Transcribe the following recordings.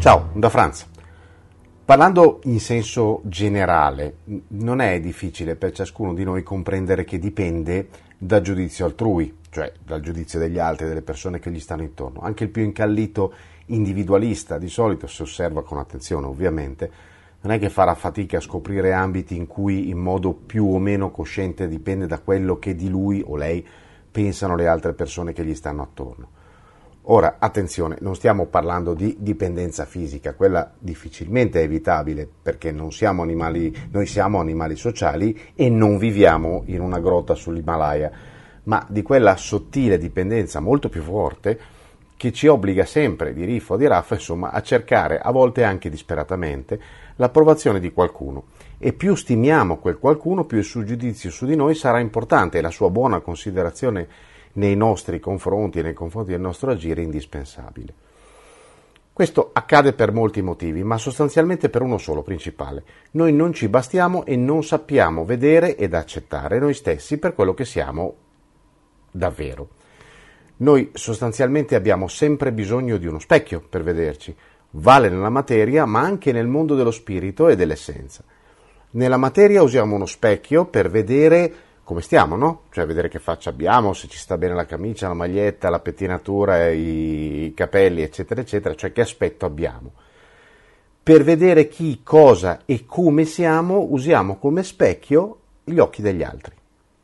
Ciao, da Franz. Parlando in senso generale, non è difficile per ciascuno di noi comprendere che dipende dal giudizio altrui, cioè dal giudizio degli altri, delle persone che gli stanno intorno. Anche il più incallito individualista, di solito, se osserva con attenzione ovviamente, non è che farà fatica a scoprire ambiti in cui in modo più o meno cosciente dipende da quello che di lui o lei pensano le altre persone che gli stanno attorno. Ora, attenzione, non stiamo parlando di dipendenza fisica, quella difficilmente è evitabile perché non siamo animali, noi siamo animali sociali e non viviamo in una grotta sull'Himalaya, ma di quella sottile dipendenza molto più forte che ci obbliga sempre, di riffo o di raffa, insomma, a cercare, a volte anche disperatamente, l'approvazione di qualcuno. E più stimiamo quel qualcuno, più il suo giudizio su di noi sarà importante e la sua buona considerazione nei nostri confronti e nei confronti del nostro agire è indispensabile. Questo accade per molti motivi, ma sostanzialmente per uno solo principale. Noi non ci bastiamo e non sappiamo vedere ed accettare noi stessi per quello che siamo davvero. Noi sostanzialmente abbiamo sempre bisogno di uno specchio per vederci. Vale nella materia, ma anche nel mondo dello spirito e dell'essenza. Nella materia usiamo uno specchio per vedere come stiamo, no? Cioè vedere che faccia abbiamo, se ci sta bene la camicia, la maglietta, la pettinatura, i capelli, eccetera, eccetera, cioè che aspetto abbiamo. Per vedere chi, cosa e come siamo, usiamo come specchio gli occhi degli altri.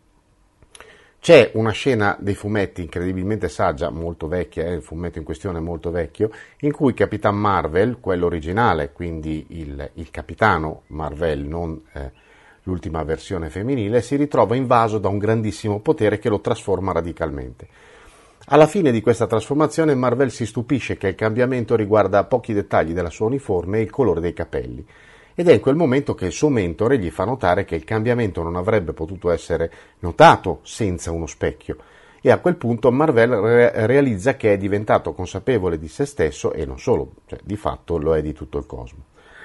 C'è una scena dei fumetti incredibilmente saggia, molto vecchia, il fumetto in questione è molto vecchio, in cui Capitan Marvel, quello originale, quindi il capitano Marvel, non l'ultima versione femminile, si ritrova invaso da un grandissimo potere che lo trasforma radicalmente. Alla fine di questa trasformazione Marvel si stupisce che il cambiamento riguarda pochi dettagli della sua uniforme e il colore dei capelli. Ed è in quel momento che il suo mentore gli fa notare che il cambiamento non avrebbe potuto essere notato senza uno specchio. E a quel punto Marvel realizza che è diventato consapevole di se stesso e non solo, cioè di fatto lo è di tutto il cosmo.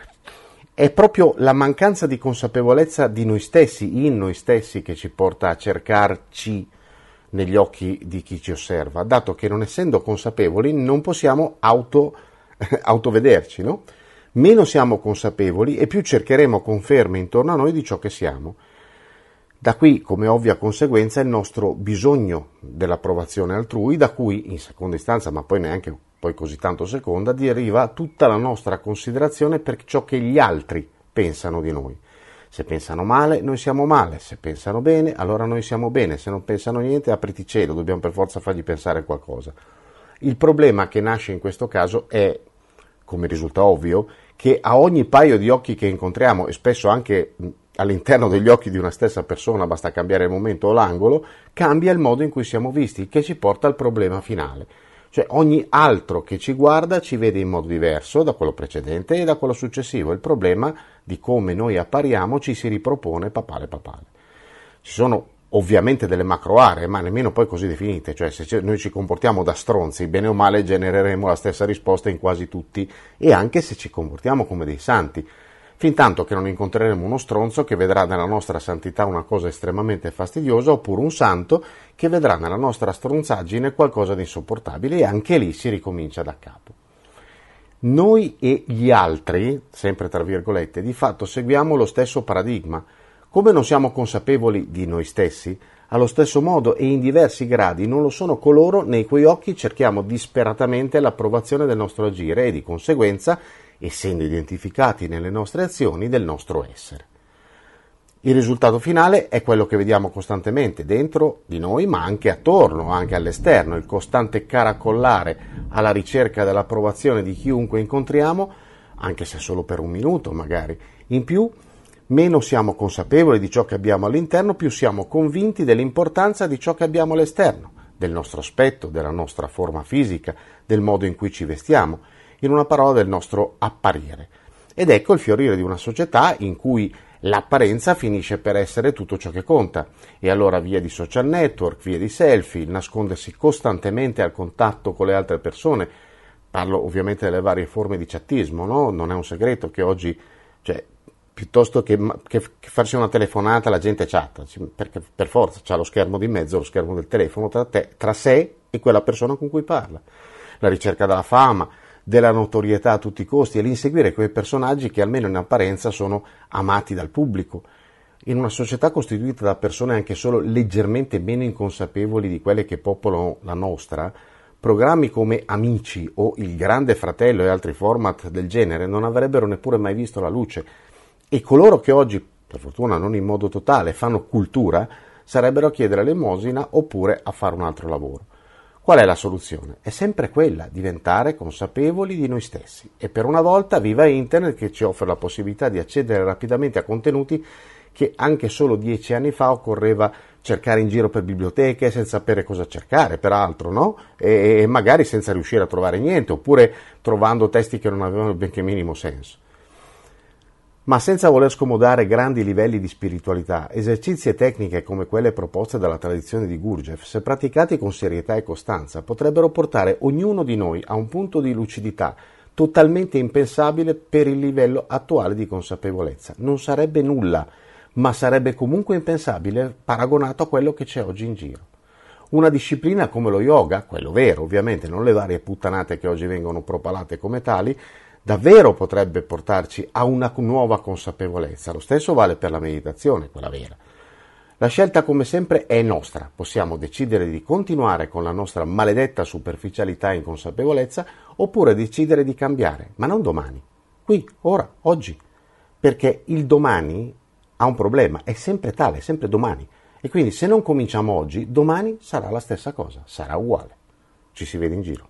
È proprio la mancanza di consapevolezza di noi stessi, in noi stessi, che ci porta a cercarci negli occhi di chi ci osserva, dato che non essendo consapevoli non possiamo autovederci, no? Meno siamo consapevoli e più cercheremo conferme intorno a noi di ciò che siamo. Da qui, come ovvia conseguenza, il nostro bisogno dell'approvazione altrui, da cui, in seconda istanza, ma poi neanche poi così tanto seconda, deriva tutta la nostra considerazione per ciò che gli altri pensano di noi. Se pensano male, noi siamo male, se pensano bene, allora noi siamo bene, se non pensano niente, apriti cielo, dobbiamo per forza fargli pensare qualcosa. Il problema che nasce in questo caso è, come risulta ovvio, che a ogni paio di occhi che incontriamo, e spesso anche all'interno degli occhi di una stessa persona, basta cambiare il momento o l'angolo, cambia il modo in cui siamo visti, che ci porta al problema finale. Cioè ogni altro che ci guarda ci vede in modo diverso da quello precedente e da quello successivo. Il problema di come noi appariamo ci si ripropone papale papale. Ci sono ovviamente delle macro aree, ma nemmeno poi così definite, cioè se noi ci comportiamo da stronzi, bene o male genereremo la stessa risposta in quasi tutti, e anche se ci comportiamo come dei santi, fintanto che non incontreremo uno stronzo che vedrà nella nostra santità una cosa estremamente fastidiosa, oppure un santo che vedrà nella nostra stronzaggine qualcosa di insopportabile, e anche lì si ricomincia da capo. Noi e gli altri, sempre tra virgolette, di fatto seguiamo lo stesso paradigma. Come non siamo consapevoli di noi stessi, allo stesso modo e in diversi gradi non lo sono coloro nei cui occhi cerchiamo disperatamente l'approvazione del nostro agire e di conseguenza, essendo identificati nelle nostre azioni, del nostro essere. Il risultato finale è quello che vediamo costantemente dentro di noi, ma anche attorno, anche all'esterno, il costante caracollare alla ricerca dell'approvazione di chiunque incontriamo, anche se solo per un minuto magari. In più, meno siamo consapevoli di ciò che abbiamo all'interno, più siamo convinti dell'importanza di ciò che abbiamo all'esterno, del nostro aspetto, della nostra forma fisica, del modo in cui ci vestiamo, in una parola del nostro apparire. Ed ecco il fiorire di una società in cui l'apparenza finisce per essere tutto ciò che conta, e allora via di social network, via di selfie, il nascondersi costantemente al contatto con le altre persone. Parlo ovviamente delle varie forme di chattismo, no? Non è un segreto che oggi, piuttosto che farsi una telefonata, la gente chatta, perché per forza c'ha lo schermo di mezzo, lo schermo del telefono tra sé e quella persona con cui parla. La ricerca della fama, della notorietà a tutti i costi e l'inseguire quei personaggi che almeno in apparenza sono amati dal pubblico. In una società costituita da persone anche solo leggermente meno inconsapevoli di quelle che popolano la nostra, programmi come Amici o Il Grande Fratello e altri format del genere non avrebbero neppure mai visto la luce, e coloro che oggi, per fortuna non in modo totale, fanno cultura sarebbero a chiedere l'elemosina oppure a fare un altro lavoro. Qual è la soluzione? È sempre quella: diventare consapevoli di noi stessi. E per una volta viva Internet, che ci offre la possibilità di accedere rapidamente a contenuti che anche solo 10 anni fa occorreva cercare in giro per biblioteche senza sapere cosa cercare, peraltro, no? E magari senza riuscire a trovare niente, oppure trovando testi che non avevano il benché minimo senso. Ma senza voler scomodare grandi livelli di spiritualità, esercizi e tecniche come quelle proposte dalla tradizione di Gurdjieff, se praticati con serietà e costanza, potrebbero portare ognuno di noi a un punto di lucidità totalmente impensabile per il livello attuale di consapevolezza. Non sarebbe nulla, ma sarebbe comunque impensabile paragonato a quello che c'è oggi in giro. Una disciplina come lo yoga, quello vero ovviamente, non le varie puttanate che oggi vengono propalate come tali, davvero potrebbe portarci a una nuova consapevolezza. Lo stesso vale per la meditazione, quella vera. La scelta, come sempre, è nostra. Possiamo decidere di continuare con la nostra maledetta superficialità e inconsapevolezza, oppure decidere di cambiare, ma non domani, qui, ora, oggi, perché il domani ha un problema, è sempre tale, è sempre domani, e quindi se non cominciamo oggi, domani sarà la stessa cosa, sarà uguale. Ci si vede in giro.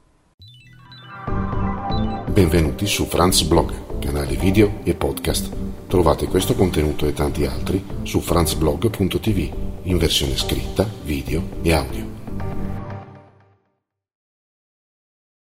Benvenuti su Franz Blog, canale video e podcast. Trovate questo contenuto e tanti altri su franzblog.tv in versione scritta, video e audio.